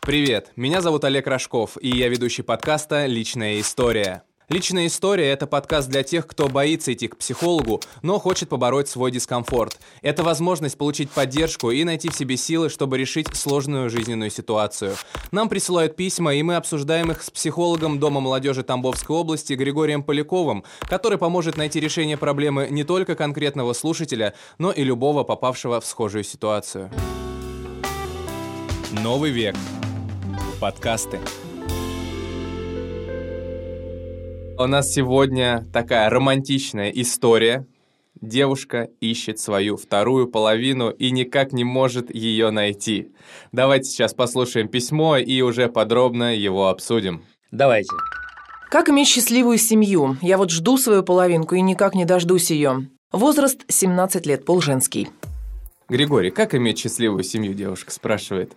Привет, меня зовут Олег Рожков, и я ведущий подкаста «Личная история». «Личная история» — это подкаст для тех, кто боится идти к психологу, но хочет побороть свой дискомфорт. Это возможность получить поддержку и найти в себе силы, чтобы решить сложную жизненную ситуацию. Нам присылают письма, и мы обсуждаем их с психологом Дома молодежи Тамбовской области Григорием Поляковым, который поможет найти решение проблемы не только конкретного слушателя, но и любого попавшего в схожую ситуацию. Новый век. Подкасты. У нас сегодня такая романтичная история. Девушка ищет свою вторую половину и никак не может ее найти. Давайте сейчас послушаем письмо и уже подробно его обсудим. Давайте. Как иметь счастливую семью? Я вот жду свою половинку и никак не дождусь ее. Возраст 17 лет, пол женский. Григорий, как иметь счастливую семью, девушка спрашивает.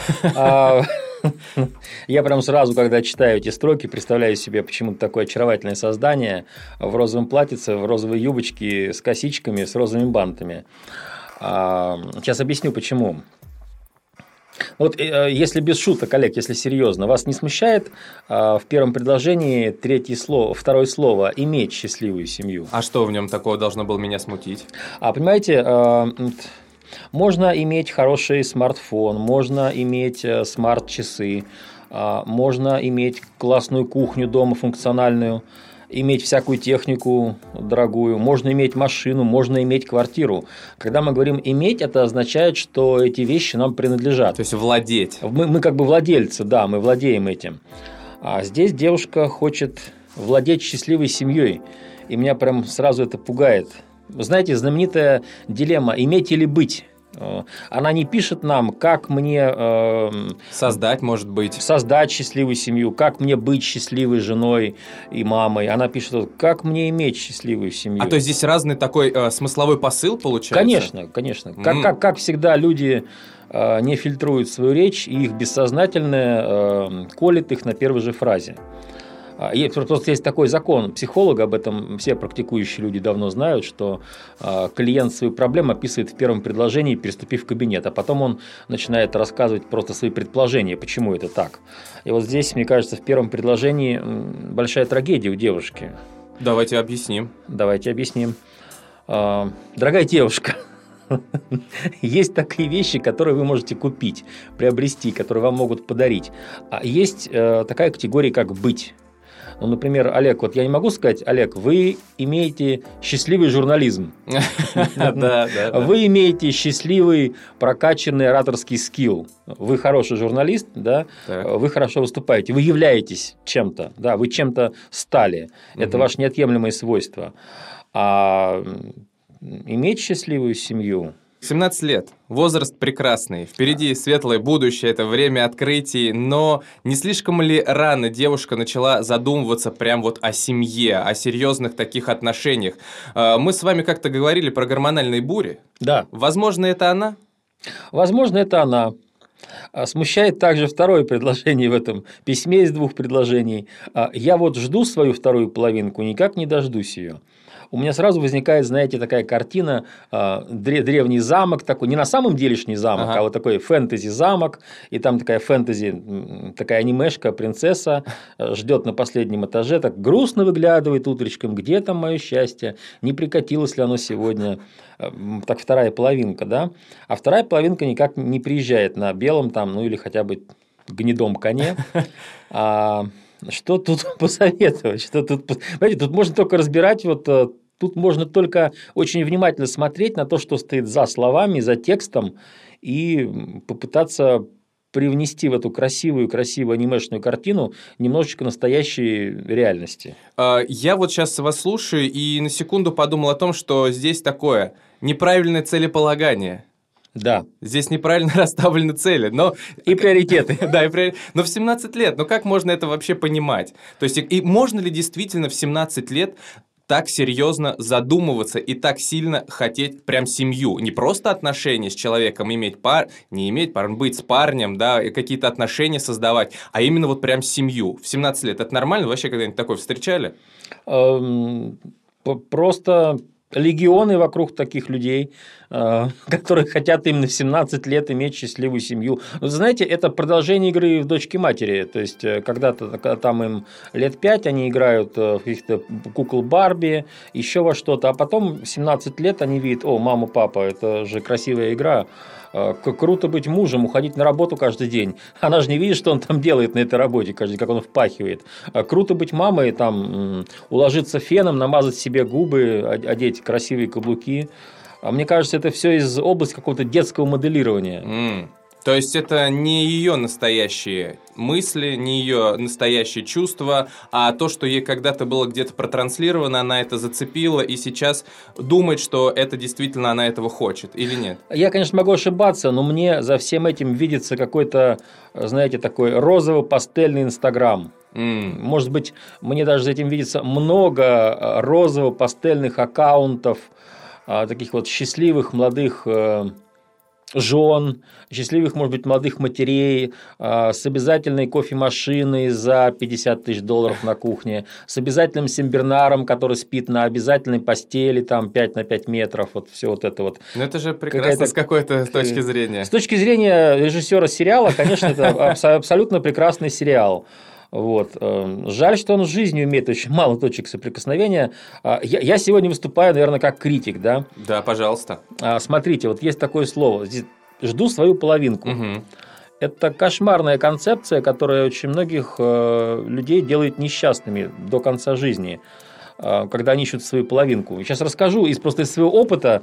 Я прям сразу, когда читаю эти строки, представляю себе почему-то такое очаровательное создание в розовом платьице, в розовой юбочке, с косичками, с розовыми бантами. Сейчас объясню, почему. Вот если без шуток, Олег, если серьезно, вас не смущает в первом предложении второе слово «иметь счастливую семью»? А что в нем такого должно было меня смутить? Понимаете, можно иметь хороший смартфон, можно иметь смарт-часы, можно иметь классную кухню дома функциональную, иметь всякую технику дорогую, можно иметь машину, можно иметь квартиру. Когда мы говорим «иметь», это означает, что эти вещи нам принадлежат. То есть владеть. Мы как бы владельцы, да, мы владеем этим. А здесь девушка хочет владеть счастливой семьей, и меня прям сразу это пугает. Вы знаете, знаменитая дилемма «иметь или быть». Она не пишет нам, как мне создать, может быть, создать счастливую семью, как мне быть счастливой женой и мамой. Она пишет, как мне иметь счастливую семью. А то есть здесь разный такой смысловой посыл получается? Конечно. Как всегда, люди не фильтруют свою речь, и их бессознательное колет их на первой же фразе. Просто есть такой закон психолога, об этом все практикующие люди давно знают, что клиент свою проблему описывает в первом предложении, переступив в кабинет, а потом он начинает рассказывать просто свои предположения, почему это так. И вот здесь, мне кажется, в первом предложении большая трагедия у девушки. Давайте объясним. Дорогая девушка, есть такие вещи, которые вы можете купить, приобрести, которые вам могут подарить. А есть такая категория, как «быть». Ну, например, Олег, вот я не могу сказать, Олег, вы имеете счастливый журнализм. Вы имеете счастливый прокачанный ораторский скилл. Вы хороший журналист, да? Вы хорошо выступаете, вы являетесь чем-то, да? Вы чем-то стали. Это ваше неотъемлемое свойство. А иметь счастливую семью... 17 лет. Возраст прекрасный. Впереди светлое будущее, это время открытий. Но не слишком ли рано девушка начала задумываться прям вот о семье, о серьезных таких отношениях? Мы с вами как-то говорили про гормональные бури. Да. Возможно, это она? Возможно, это она. Смущает также второе предложение в этом письме из двух предложений. Я вот жду свою вторую половинку, никак не дождусь ее. У меня сразу возникает, знаете, такая картина, древний замок такой, не на самом делешний замок, а вот такой фэнтези-замок, и там такая такая анимешка, принцесса ждет на последнем этаже, так грустно выглядывает утречком, где там мое счастье, не прикатилось ли оно сегодня, так вторая половинка, да, а вторая половинка никак не приезжает на белом там, ну или хотя бы гнедом коне. Что тут посоветовать? Понимаете, тут можно только разбирать, тут можно только очень внимательно смотреть на то, что стоит за словами, за текстом, и попытаться привнести в эту красивую анимешную картину немножечко настоящей реальности. Я вот сейчас вас слушаю и на секунду подумал о том, что здесь такое неправильное целеполагание. Да. Здесь неправильно расставлены цели, но... И приоритеты. Да, но в 17 лет, как можно это вообще понимать? То есть, и можно ли действительно в 17 лет так серьезно задумываться и так сильно хотеть прям семью? Не просто отношения с человеком быть с парнем, да, и какие-то отношения создавать, а именно вот прям семью. В 17 лет это нормально? Вообще когда-нибудь такое встречали? Просто легионы вокруг таких людей, которые хотят именно в 17 лет иметь счастливую семью. Вот, знаете, это продолжение игры в дочки-матери. То есть, когда-то там им лет 5, они играют в каких-то кукол Барби, еще во что-то, а потом в 17 лет они видят: о, мама, папа, это же красивая игра. Как круто быть мужем, уходить на работу каждый день. Она же не видит, что он там делает на этой работе каждый день, как он впахивает. Круто быть мамой, там, уложиться феном, намазать себе губы, одеть красивые каблуки. Мне кажется, это все из области какого-то детского моделирования. То есть это не ее настоящие мысли, не ее настоящие чувства, а то, что ей когда-то было где-то протранслировано, она это зацепила и сейчас думает, что это действительно она этого хочет, или нет? Я, конечно, могу ошибаться, но мне за всем этим видится какой-то, знаете, такой розово-пастельный Инстаграм. Может быть, мне даже за этим видится много розово-пастельных аккаунтов, таких вот счастливых молодых жен, счастливых, может быть, молодых матерей, с обязательной кофемашиной за $50 000 на кухне, с обязательным сенбернаром, который спит на обязательной постели, там 5 на 5 метров, вот все вот это вот. Ну, это же прекрасно с какой-то точки зрения. С точки зрения режиссера сериала, конечно, это абсолютно прекрасный сериал. Вот. Жаль, что он с жизнью имеет очень мало точек соприкосновения. Я сегодня выступаю, наверное, как критик, да? Да, пожалуйста. Смотрите, вот есть такое слово: жду свою половинку. Это кошмарная концепция, которая очень многих людей делает несчастными до конца жизни, когда они ищут свою половинку. Сейчас расскажу просто из своего опыта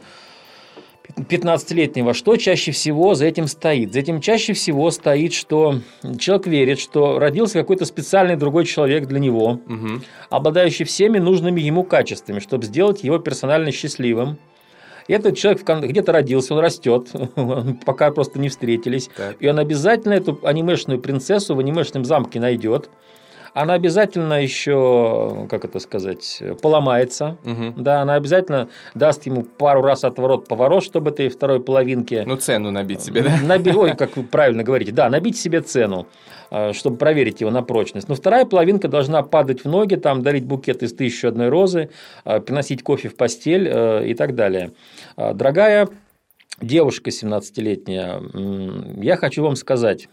15-летнего, что чаще всего за этим стоит. За этим чаще всего стоит, что человек верит, что родился какой-то специальный другой человек для него, обладающий всеми нужными ему качествами, чтобы сделать его персонально счастливым. И этот человек где-то родился, он растет, пока просто не встретились. Так. И он обязательно эту анимешную принцессу в анимешном замке найдет. Она обязательно еще, как это сказать, поломается. Да, она обязательно даст ему пару раз отворот-поворот, чтобы этой второй половинке... Ну, цену набить себе, да? Ой, как вы правильно говорите. Да, набить себе цену, чтобы проверить его на прочность. Но вторая половинка должна падать в ноги, там, дарить букет из 1001 розы, приносить кофе в постель и так далее. Дорогая девушка 17-летняя, я хочу вам сказать...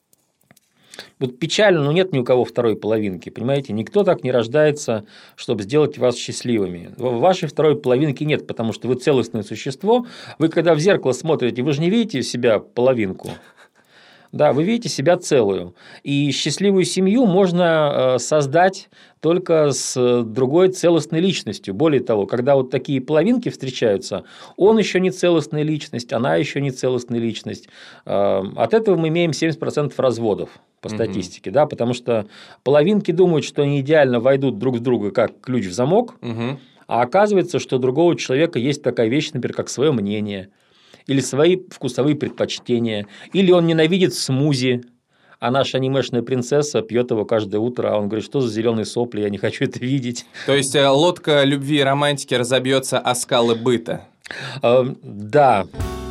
Вот печально, но нет ни у кого второй половинки, понимаете? Никто так не рождается, чтобы сделать вас счастливыми. Вашей второй половинки нет, потому что вы целостное существо. Вы, когда в зеркало смотрите, вы же не видите в себя половинку. Да, вы видите себя целую. И счастливую семью можно создать только с другой целостной личностью. Более того, когда вот такие половинки встречаются, он еще не целостная личность, она еще не целостная личность. От этого мы имеем 70% разводов по статистике, да, потому что половинки думают, что они идеально войдут друг в друга как ключ в замок, а оказывается, что у другого человека есть такая вещь, например, как свое мнение, или свои вкусовые предпочтения, или он ненавидит смузи, а наша анимешная принцесса пьет его каждое утро, а он говорит: что за зеленые сопли, я не хочу это видеть. То есть лодка любви и романтики разобьется о скалы быта. Да.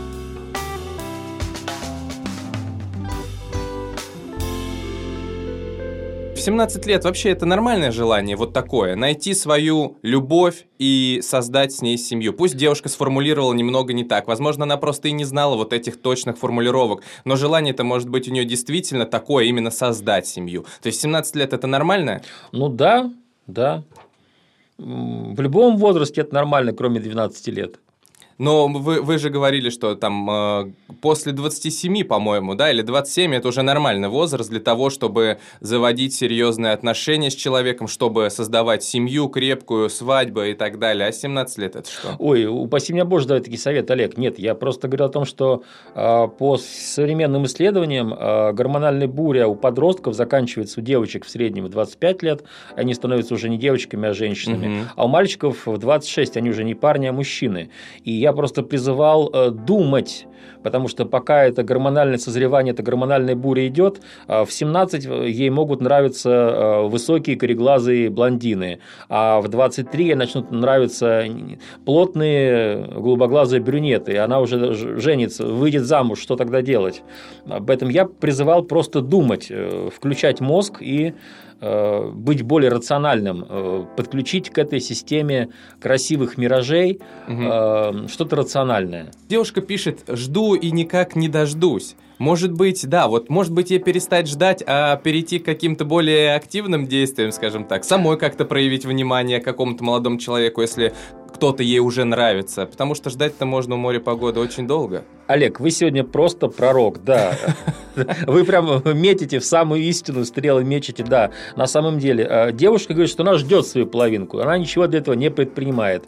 В 17 лет вообще это нормальное желание, вот такое, найти свою любовь и создать с ней семью. Пусть девушка сформулировала немного не так, возможно, она просто и не знала вот этих точных формулировок, но желание-то может быть у нее действительно такое, именно создать семью. То есть 17 лет это нормально? Ну да, да. В любом возрасте это нормально, кроме 12 лет. Но вы же говорили, что там после 27, по-моему, да, или 27 это уже нормальный возраст для того, чтобы заводить серьезные отношения с человеком, чтобы создавать семью крепкую, свадьбу и так далее. А 17 лет это что? Ой, упаси меня Боже давать такие советы, Олег. Нет, я просто говорю о том, что по современным исследованиям гормональная буря у подростков заканчивается у девочек в среднем в 25 лет, они становятся уже не девочками, а женщинами, а у мальчиков в 26 они уже не парни, а мужчины. И я просто призывал думать, потому что пока это гормональное созревание, это гормональная буря идет, в 17 ей могут нравиться высокие кореглазые блондины, а в 23 ей начнут нравиться плотные голубоглазые брюнеты, и она уже женится, выйдет замуж, что тогда делать? Об этом я призывал просто думать, включать мозг и быть более рациональным, подключить к этой системе красивых миражей что-то рациональное. Девушка пишет: «Жду и никак не дождусь». Может быть, да, вот может быть ей перестать ждать, а перейти к каким-то более активным действиям, скажем так, самой как-то проявить внимание к какому-то молодому человеку, если кто-то ей уже нравится, потому что ждать-то можно у моря погоды очень долго. Олег, вы сегодня просто пророк, да. Вы прям метите в самую истину, стрелы мечете, да. На самом деле, девушка говорит, что она ждет свою половинку, она ничего для этого не предпринимает.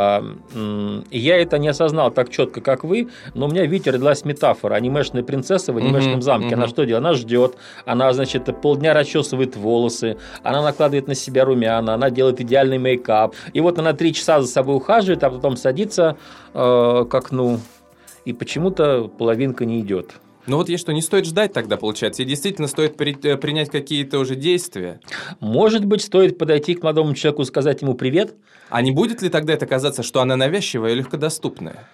Я это не осознал так четко, как вы, но у меня, видите, родилась метафора. Анимешная принцесса в анимешном замке. Она что делает? Она ждет, она, значит, полдня расчесывает волосы, она накладывает на себя румяна, она делает идеальный мейкап. И вот она 3 часа за собой ухаживает, а потом садится к окну, и почему-то половинка не идет. Ну вот ей что, не стоит ждать тогда, получается? Ей действительно стоит принять какие-то уже действия? Может быть, стоит подойти к молодому человеку и сказать ему привет? А не будет ли тогда это казаться, что она навязчивая и легкодоступная?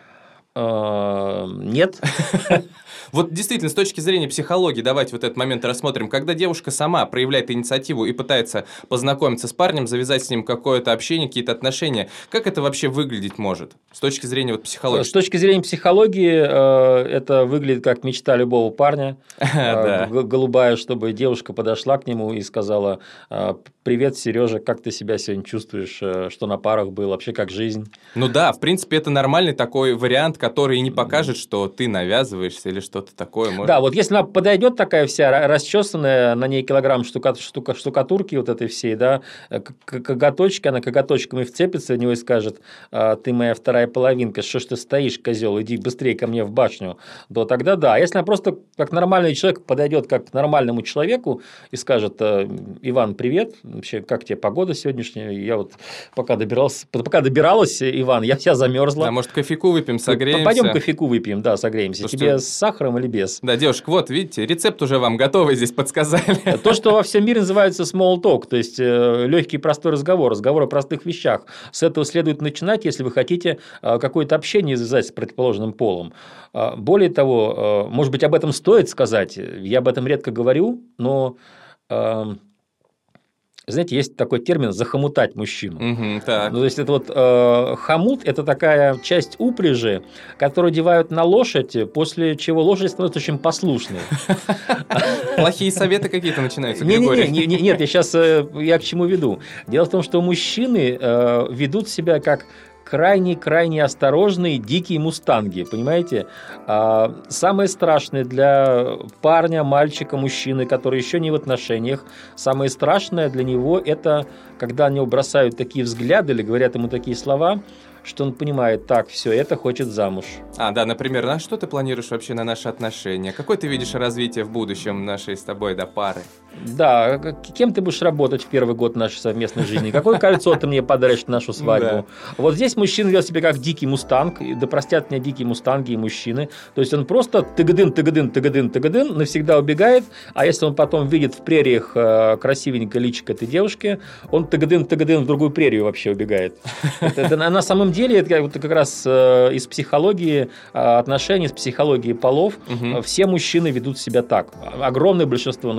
Нет. Вот действительно, с точки зрения психологии, давайте вот этот момент рассмотрим. Когда девушка сама проявляет инициативу и пытается познакомиться с парнем, завязать с ним какое-то общение, какие-то отношения, как это вообще выглядеть может? С точки зрения вот психологии. С точки зрения психологии, это выглядит как мечта любого парня. Голубая, чтобы девушка подошла к нему и сказала: «Привет, Сережа, как ты себя сегодня чувствуешь? Что на парах был? Вообще, как жизнь?» Ну да, в принципе, это нормальный такой вариант, который не покажет, что ты навязываешься или что-то такое. Может... Да, вот если она подойдет такая вся расчесанная, на ней килограмм штукатурки вот этой всей, да, коготочки, она коготочками вцепится в него и скажет: «Ты моя вторая половинка, что ж ты стоишь, козел, иди быстрее ко мне в башню», то тогда да. А если она просто как нормальный человек подойдет как к нормальному человеку и скажет: «Иван, привет, вообще, как тебе погода сегодняшняя? Я вот пока добиралась, Иван, я вся замерзла». Да, может, кофейку выпьем, согреемся. Пойдем кофейку выпьем, да, согреемся. Тебе с сахаром или без? Да, девушка, вот, видите, рецепт уже вам готовый здесь подсказали. То, что во всем мире называется small talk, то есть легкий простой разговор о простых вещах. С этого следует начинать, если вы хотите какое-то общение завязать с противоположным полом. Более того, может быть, об этом стоит сказать. Я об этом редко говорю, но... Знаете, есть такой термин «захомутать мужчину». Так. Ну, то есть, это вот хомут – это такая часть упряжи, которую одевают на лошадь, после чего лошадь становится очень послушной. Плохие советы какие-то начинаются, Григорий? Нет, я к чему веду. Дело в том, что мужчины ведут себя как крайне-крайне осторожные дикие мустанги, понимаете? Самое страшное для парня, мальчика, мужчины, который еще не в отношениях, самое страшное для него – это когда на него бросают такие взгляды или говорят ему такие слова, что он понимает: так, все, это хочет замуж. Да, например, а что ты планируешь вообще на наши отношения? Какое ты видишь развитие в будущем нашей с тобой пары? Да, кем ты будешь работать в первый год нашей совместной жизни? Какое кольцо ты мне подаришь на нашу свадьбу? Да. Вот здесь мужчина ведет себя как дикий мустанг, да простят меня дикие мустанги и мужчины. То есть он просто тыгадын, навсегда убегает, а если он потом видит в прериях красивенькое личико этой девушки, он тыгадын в другую прерию вообще убегает. Это на самом деле это вот как раз из психологии отношений, из психологии полов. Все мужчины ведут себя так. Огромное большинство,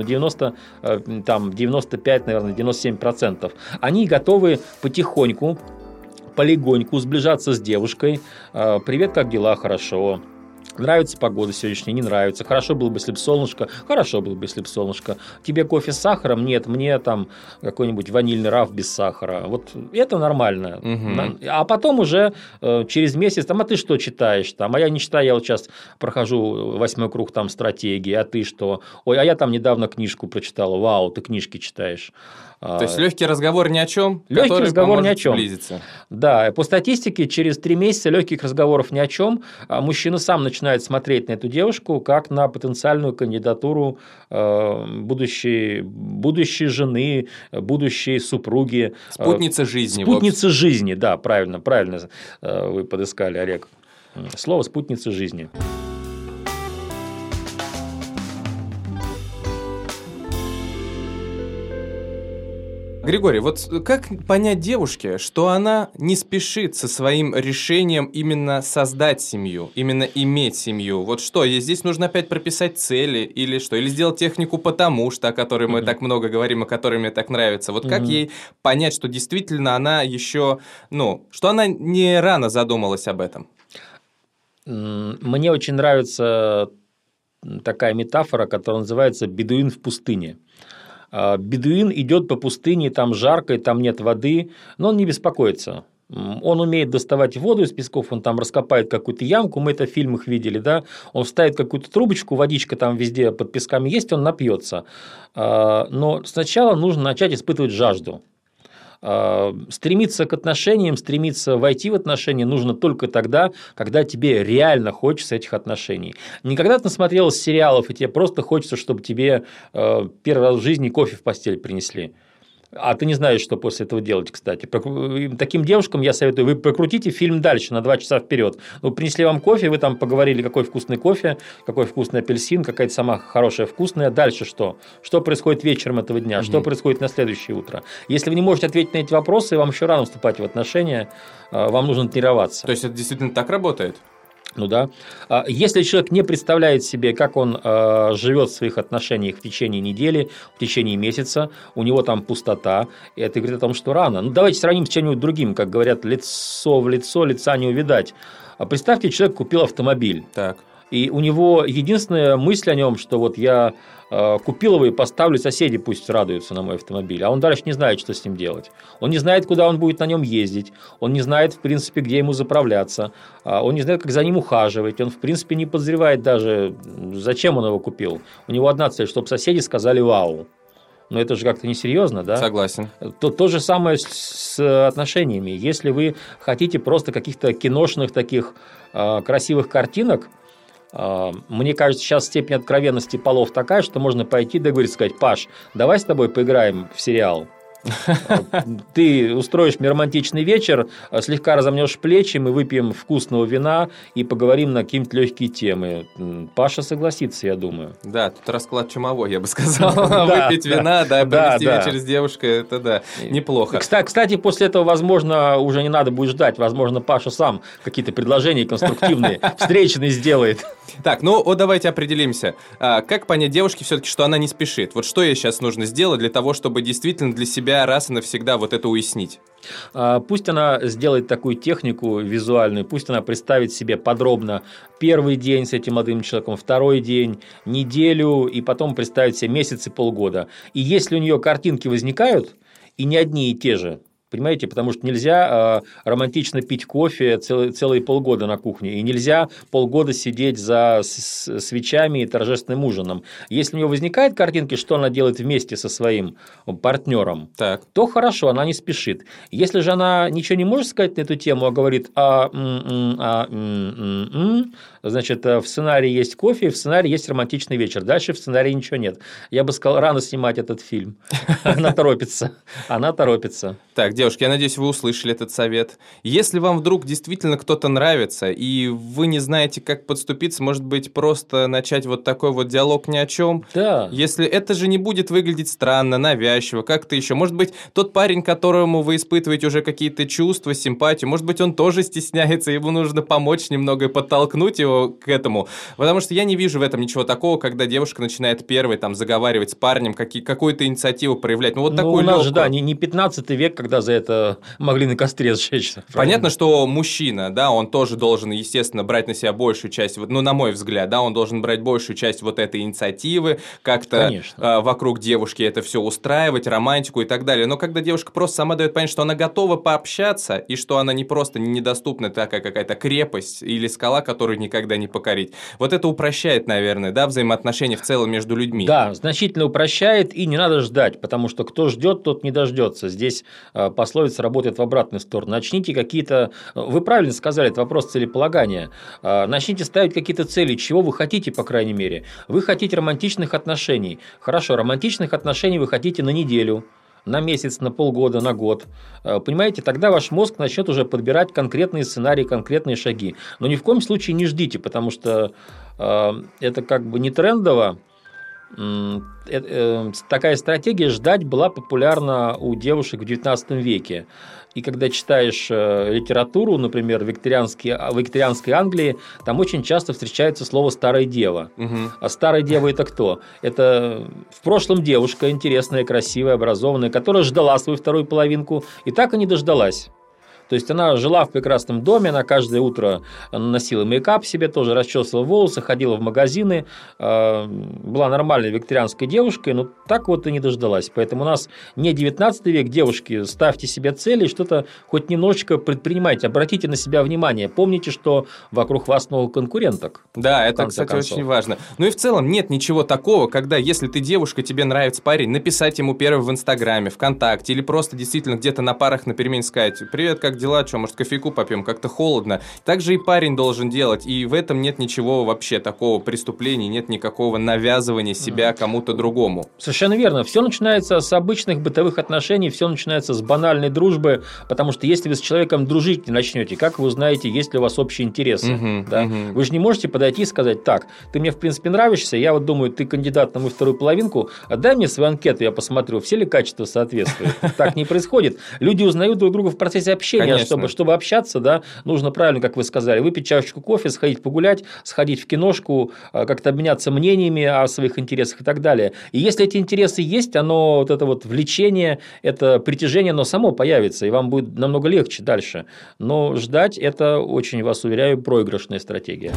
95, наверное, 97%. Они готовы потихоньку, полегоньку сближаться с девушкой. «Привет, как дела? Хорошо». Нравится погода сегодняшняя, не нравится. Хорошо было бы, если бы солнышко. Хорошо было бы, если бы солнышко. Тебе кофе с сахаром? Нет, мне там какой-нибудь ванильный раф без сахара. Вот это нормально. А потом уже через месяц, а ты что читаешь? А я не читаю, я вот сейчас прохожу 8-й круг стратегии. А ты что? Ой, а я там недавно книжку прочитала. Вау, ты книжки читаешь. То есть легкий разговор ни о чем, легкий разговор ни о чем. Сблизиться. Да, по статистике через 3 месяца легких разговоров ни о чем мужчина сам начинает смотреть на эту девушку как на потенциальную кандидатуру будущей жены, будущей супруги. Спутница жизни. Спутница жизни, да, правильно вы подыскали, Олег. Слово «спутница жизни». Григорий, вот как понять девушке, что она не спешит со своим решением именно создать семью, именно иметь семью? Вот что, ей здесь нужно опять прописать цели или что? Или сделать технику «потому что», о которой мы так много говорим, о которой мне так нравится? Вот как ей понять, что действительно она еще, что она не рано задумалась об этом? Мне очень нравится такая метафора, которая называется «бедуин в пустыне». Бедуин идет по пустыне, там жарко, там нет воды, но он не беспокоится. Он умеет доставать воду из песков, он там раскопает какую-то ямку, мы это в фильмах видели, да, он вставит какую-то трубочку, водичка там везде под песками есть, он напьется. Но сначала нужно начать испытывать жажду. Стремиться к отношениям, стремиться войти в отношения нужно только тогда, когда тебе реально хочется этих отношений. Не когда ты насмотрелась сериалов, и тебе просто хочется, чтобы тебе первый раз в жизни кофе в постель принесли. А ты не знаешь, что после этого делать, кстати. Таким девушкам я советую, вы прокрутите фильм дальше на 2 часа вперед. Принесли вам кофе, вы там поговорили, какой вкусный кофе, какой вкусный апельсин, какая-то сама хорошая вкусная. Дальше что? Что происходит вечером этого дня? Что происходит на следующее утро? Если вы не можете ответить на эти вопросы, вам еще рано вступать в отношения, вам нужно тренироваться. То есть это действительно так работает? Ну да. Если человек не представляет себе, как он живет в своих отношениях в течение недели, в течение месяца, у него там пустота, и это говорит о том, что рано. Давайте сравним с чем-нибудь другим, как говорят, лицо в лицо, лица не увидать. Представьте, человек купил автомобиль. Так. И у него единственная мысль о нем, что вот я купил его и поставлю, соседи пусть радуются на мой автомобиль. А он дальше не знает, что с ним делать. Он не знает, куда он будет на нем ездить. Он не знает, в принципе, где ему заправляться. Он не знает, как за ним ухаживать. Он, в принципе, не подозревает даже, зачем он его купил. У него одна цель, чтобы соседи сказали «вау». Но это же как-то несерьезно, да? Согласен. То же самое с отношениями. Если вы хотите просто каких-то киношных таких красивых картинок, мне кажется, сейчас степень откровенности полов такая, что можно пойти договориться, сказать: Паш, давай с тобой поиграем в сериал. Ты устроишь мне романтичный вечер, слегка разомнешь плечи, мы выпьем вкусного вина и поговорим на какие-нибудь легкие темы. Паша согласится, я думаю. Да, тут расклад чумовой, я бы сказал. Выпить вина, да, провести вечер с девушкой, это да, неплохо. Кстати, после этого, возможно, уже не надо будет ждать. Возможно, Паша сам какие-то предложения конструктивные, встречные сделает. Так, давайте определимся. Как понять девушке все-таки, что она не спешит? Вот что ей сейчас нужно сделать для того, чтобы действительно для себя раз и навсегда вот это уяснить? Пусть она сделает такую технику визуальную, пусть она представит себе подробно первый день с этим молодым человеком, второй день, неделю, и потом представит себе месяц и полгода. И если у нее картинки возникают, и не одни и те же, понимаете, потому что нельзя романтично пить кофе целые полгода на кухне, и нельзя полгода сидеть за свечами и торжественным ужином. Если у нее возникают картинки, что она делает вместе со своим партнером, то хорошо, она не спешит. Если же она ничего не может сказать на эту тему, а говорит: значит, в сценарии есть кофе, в сценарии есть романтичный вечер. Дальше в сценарии ничего нет. Я бы сказал, рано снимать этот фильм. Она торопится. Так, девушки, я надеюсь, вы услышали этот совет. Если вам вдруг действительно кто-то нравится, и вы не знаете, как подступиться, может быть, просто начать вот такой вот диалог ни о чем. Да. Если это же не будет выглядеть странно, навязчиво, как-то еще. Может быть, тот парень, которому вы испытываете уже какие-то чувства, симпатию, может быть, он тоже стесняется, ему нужно помочь немного и подтолкнуть его к этому. Потому что я не вижу в этом ничего такого, когда девушка начинает первой там заговаривать с парнем, какую-то инициативу проявлять. У нас же, не 15 век, когда за это могли на костре сжечь. Понятно, что мужчина, да, он тоже должен, естественно, брать на себя большую часть, на мой взгляд, да, он должен брать большую часть вот этой инициативы, как-то вокруг девушки это все устраивать, романтику и так далее. Но когда девушка просто сама дает понять, что она готова пообщаться, и что она не просто недоступна такая какая-то крепость или скала, которую никогда не покорить. Вот это упрощает, наверное, да, взаимоотношения в целом между людьми. Да, значительно упрощает, и не надо ждать, потому что кто ждет, тот не дождется. Здесь пословица работает в обратную сторону. Начните какие-то... Вы правильно сказали, это вопрос целеполагания. Начните ставить какие-то цели, чего вы хотите, по крайней мере. Вы хотите романтичных отношений. Хорошо, романтичных отношений вы хотите на неделю, на месяц, на полгода, на год. Понимаете, тогда ваш мозг начнет уже подбирать конкретные сценарии, конкретные шаги. Но ни в коем случае не ждите, потому что это как бы не трендово. такая стратегия ждать была популярна у девушек в XIX веке. И когда читаешь литературу, например, в викторианской Англии, там очень часто встречается слово «старая дева». А старая дева – это кто? Это в прошлом девушка интересная, красивая, образованная, которая ждала свою вторую половинку и так и не дождалась. То есть она жила в прекрасном доме, она каждое утро наносила мейкап себе, тоже расчесывала волосы, ходила в магазины, была нормальной викторианской девушкой, но так вот и не дождалась. Поэтому у нас не 19 век, девушки, ставьте себе цели, что-то хоть немножечко предпринимайте, обратите на себя внимание, помните, что вокруг вас много конкуренток. Да, это, кстати, очень важно. Ну и в целом нет ничего такого, когда, если ты девушка, тебе нравится парень, написать ему первый в Инстаграме, ВКонтакте или просто действительно где-то на парах на перемене сказать: «Привет, как дела, что, может, кофейку попьем, как-то холодно». Так же и парень должен делать, и в этом нет ничего вообще такого преступления, нет никакого навязывания себя кому-то другому. Совершенно верно. Все начинается с обычных бытовых отношений, все начинается с банальной дружбы, потому что если вы с человеком дружить не начнете, как вы узнаете, есть ли у вас общие интересы? Вы же не можете подойти и сказать: так, ты мне в принципе нравишься, я вот думаю, ты кандидат на мою вторую половинку, дай мне свою анкету, я посмотрю, все ли качества соответствуют. Так не происходит. Люди узнают друг друга в процессе общения. Чтобы общаться, да, нужно правильно, как вы сказали, выпить чашечку кофе, сходить погулять, сходить в киношку, как-то обменяться мнениями о своих интересах и так далее. И если эти интересы есть, оно, вот это вот влечение, это притяжение, оно само появится, и вам будет намного легче дальше. Но ждать – это, очень вас уверяю, проигрышная стратегия.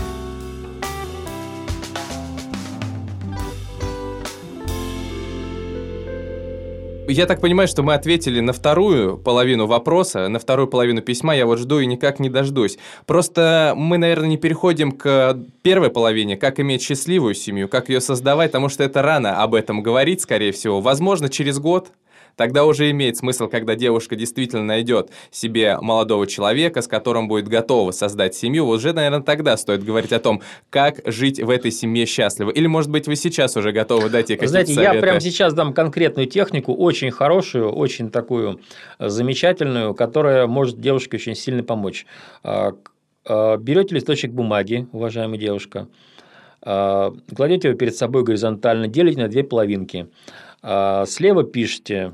Я так понимаю, что мы ответили на вторую половину вопроса, на вторую половину письма я вот жду и никак не дождусь. Просто мы, наверное, не переходим к первой половине, как иметь счастливую семью, как ее создавать, потому что это рано об этом говорить, скорее всего. Возможно, через год. Тогда уже имеет смысл, когда девушка действительно найдет себе молодого человека, с которым будет готова создать семью. Вот уже, наверное, тогда стоит говорить о том, как жить в этой семье счастливо. Или, может быть, вы сейчас уже готовы дать ей какие-то советы? Знаете, я прямо сейчас дам конкретную технику, очень хорошую, очень такую замечательную, которая может девушке очень сильно помочь. Берете листочек бумаги, уважаемая девушка, кладете его перед собой горизонтально, делите на две половинки. Слева пишите: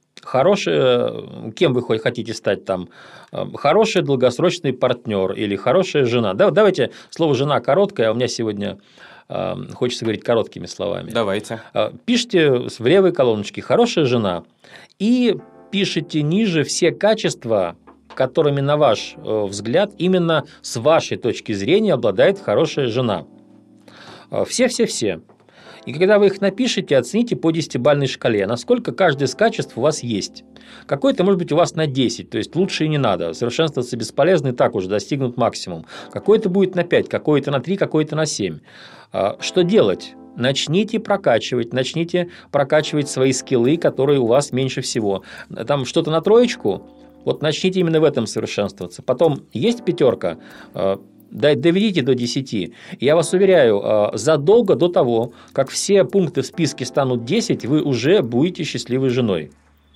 кем вы хотите стать там, хороший долгосрочный партнер или хорошая жена. Давайте слово «жена» короткое, а у меня сегодня хочется говорить короткими словами. Давайте. Пишите в левой колоночке «хорошая жена» и пишите ниже все качества, которыми, на ваш взгляд, именно с вашей точки зрения обладает хорошая жена. Все-все-все. И когда вы их напишете, оцените по 10-бальной шкале, насколько каждое из качеств у вас есть. Какое-то, может быть, у вас на 10, то есть лучше и не надо. Совершенствоваться бесполезно, и так уже достигнут максимум. Какое-то будет на 5, какое-то на 3, какое-то на 7. Что делать? Начните прокачивать свои скиллы, которые у вас меньше всего. Там что-то на 3, вот начните именно в этом совершенствоваться. Потом есть 5, доведите до 10. Я вас уверяю, задолго до того, как все пункты в списке станут 10, вы уже будете счастливой женой.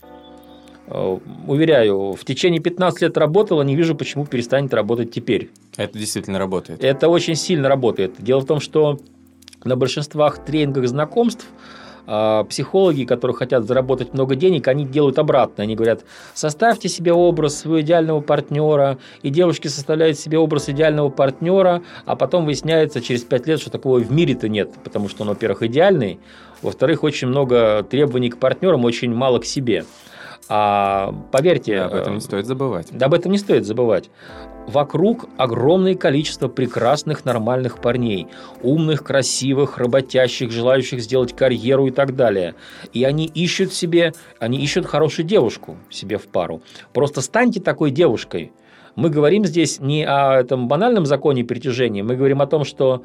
Уверяю, в течение 15 лет работала, не вижу, почему перестанет работать теперь. Это действительно работает. Это очень сильно работает. Дело в том, что на большинствах тренингах знакомств психологи, которые хотят заработать много денег, они делают обратно. Они говорят: составьте себе образ своего идеального партнера, и девушки составляют себе образ идеального партнера, а потом выясняется через 5 лет, что такого в мире-то нет, потому что он, во-первых, идеальный, во-вторых, очень много требований к партнерам, очень мало к себе. Поверьте, об этом не стоит забывать. Об этом не стоит забывать. Вокруг огромное количество прекрасных, нормальных парней. Умных, красивых, работящих, желающих сделать карьеру и так далее. И они ищут хорошую девушку себе в пару. Просто станьте такой девушкой. Мы говорим здесь не о этом банальном законе притяжения. Мы говорим о том, что...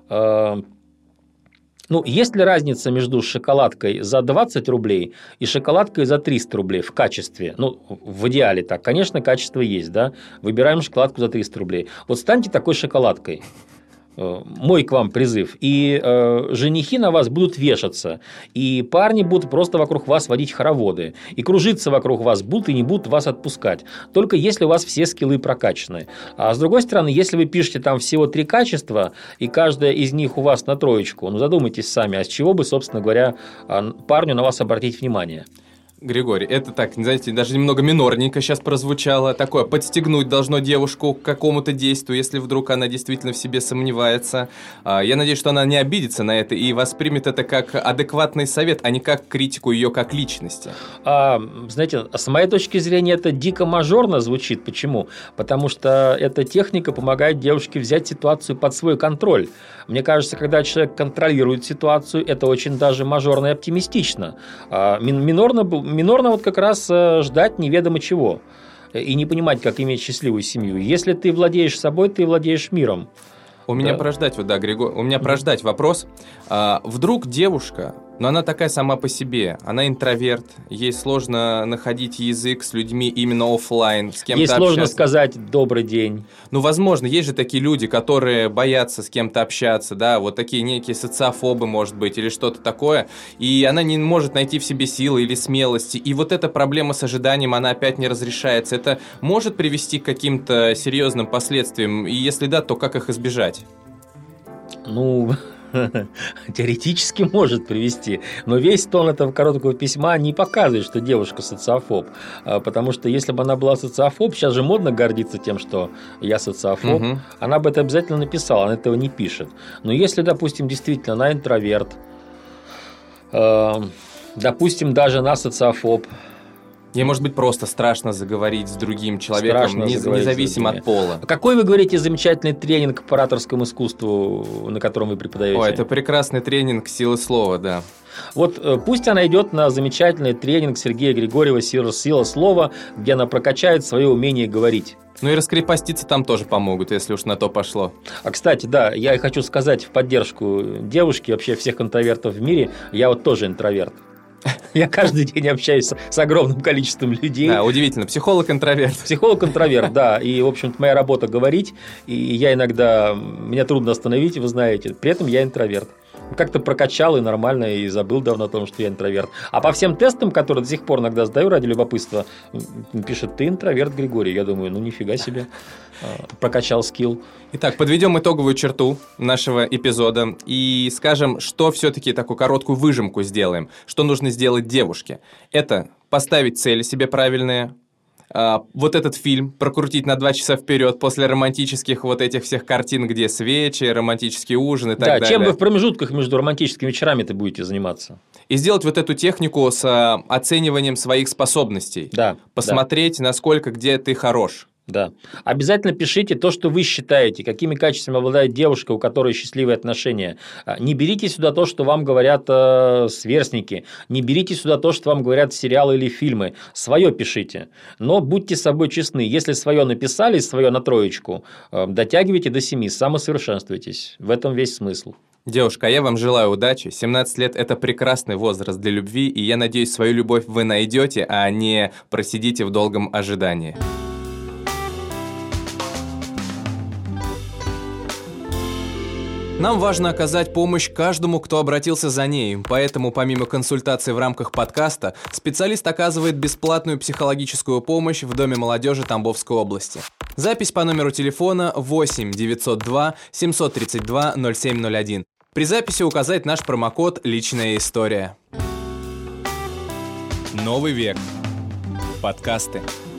есть ли разница между шоколадкой за 20 рублей и шоколадкой за 300 рублей в качестве? В идеале так. Конечно, качество есть, да? Выбираем шоколадку за 300 рублей. Вот станьте такой шоколадкой. Мой к вам призыв. И женихи на вас будут вешаться, и парни будут просто вокруг вас водить хороводы, и кружиться вокруг вас будут и не будут вас отпускать. Только если у вас все скиллы прокачаны. А с другой стороны, если вы пишете там всего 3 качества, и каждое из них у вас на 3, ну задумайтесь сами, а с чего бы, собственно говоря, парню на вас обратить внимание? Григорий, это так, знаете, даже немного минорненько сейчас прозвучало. Такое, подстегнуть должно девушку к какому-то действию, если вдруг она действительно в себе сомневается. Я надеюсь, что она не обидится на это и воспримет это как адекватный совет, а не как критику ее как личности. Знаете, с моей точки зрения, это дико мажорно звучит. Почему? Потому что эта техника помогает девушке взять ситуацию под свой контроль. Мне кажется, когда человек контролирует ситуацию, это очень даже мажорно и оптимистично. Минорно вот как раз ждать неведомо чего и не понимать, как иметь счастливую семью. Если ты владеешь собой, ты владеешь миром. У меня прождать, Григорий, у меня прождать вопрос. Вдруг девушка, но она такая сама по себе, она интроверт, ей сложно находить язык с людьми именно офлайн, с кем-то ей общаться. Сложно сказать «добрый день». Ну, возможно, есть же такие люди, которые боятся с кем-то общаться, да, вот такие некие социофобы, может быть, или что-то такое, и она не может найти в себе силы или смелости, и вот эта проблема с ожиданием, она опять не разрешается. Это может привести к каким-то серьезным последствиям, и если да, то как их избежать? Ну, теоретически может привести, но весь тон этого короткого письма не показывает, что девушка социофоб, потому что если бы она была социофоб, сейчас же модно гордиться тем, что я социофоб, она бы это обязательно написала, она этого не пишет. Но если, допустим, действительно она интроверт, допустим, даже она социофоб, Ей, может быть, просто страшно заговорить с другим человеком, независимо от пола. Какой, вы говорите, замечательный тренинг по ораторскому искусству, на котором вы преподаете? О, это прекрасный тренинг «Силы слова», да. Вот пусть она идет на замечательный тренинг Сергея Григорьева «Сила слова», где она прокачает свое умение говорить. Ну и раскрепоститься там тоже помогут, если уж на то пошло. Кстати, да, я хочу сказать в поддержку девушки, вообще всех интровертов в мире, я вот тоже интроверт. Я каждый день общаюсь с огромным количеством людей. Да, удивительно. Психолог-интроверт. Психолог-интроверт, да. И, в общем-то, моя работа говорить. И я иногда... Меня трудно остановить, вы знаете. При этом я интроверт. Как-то прокачал и нормально, и забыл давно о том, что я интроверт. А по всем тестам, которые до сих пор иногда сдаю ради любопытства, пишет: ты интроверт, Григорий. Я думаю, ну нифига себе. Прокачал скилл. Итак, подведем итоговую черту нашего эпизода и скажем, что все-таки такую короткую выжимку сделаем. Что нужно сделать девушке? Это поставить цели себе правильные. Вот этот фильм прокрутить на 2 часа вперед после романтических вот этих всех картин, где свечи, романтический ужин и так далее. Да, чем вы в промежутках между романтическими вечерами-то будете заниматься? И сделать вот эту технику с оцениванием своих способностей. Да. Посмотреть, насколько, где ты хорош. Да. Обязательно пишите то, что вы считаете, какими качествами обладает девушка, у которой счастливые отношения. Не берите сюда то, что вам говорят сверстники. Не берите сюда то, что вам говорят сериалы или фильмы. Свое пишите. Но будьте с собой честны. Если свое написали, свое на 3, дотягивайте до 7, самосовершенствуйтесь. В этом весь смысл. Девушка, я вам желаю удачи. 17 лет – это прекрасный возраст для любви, и я надеюсь, свою любовь вы найдете, а не просидите в долгом ожидании. Нам важно оказать помощь каждому, кто обратился за ней, поэтому помимо консультаций в рамках подкаста, специалист оказывает бесплатную психологическую помощь в Доме молодежи Тамбовской области. Запись по номеру телефона 8 902 732 0701. При записи указать наш промокод «Личная история». Новый век. Подкасты.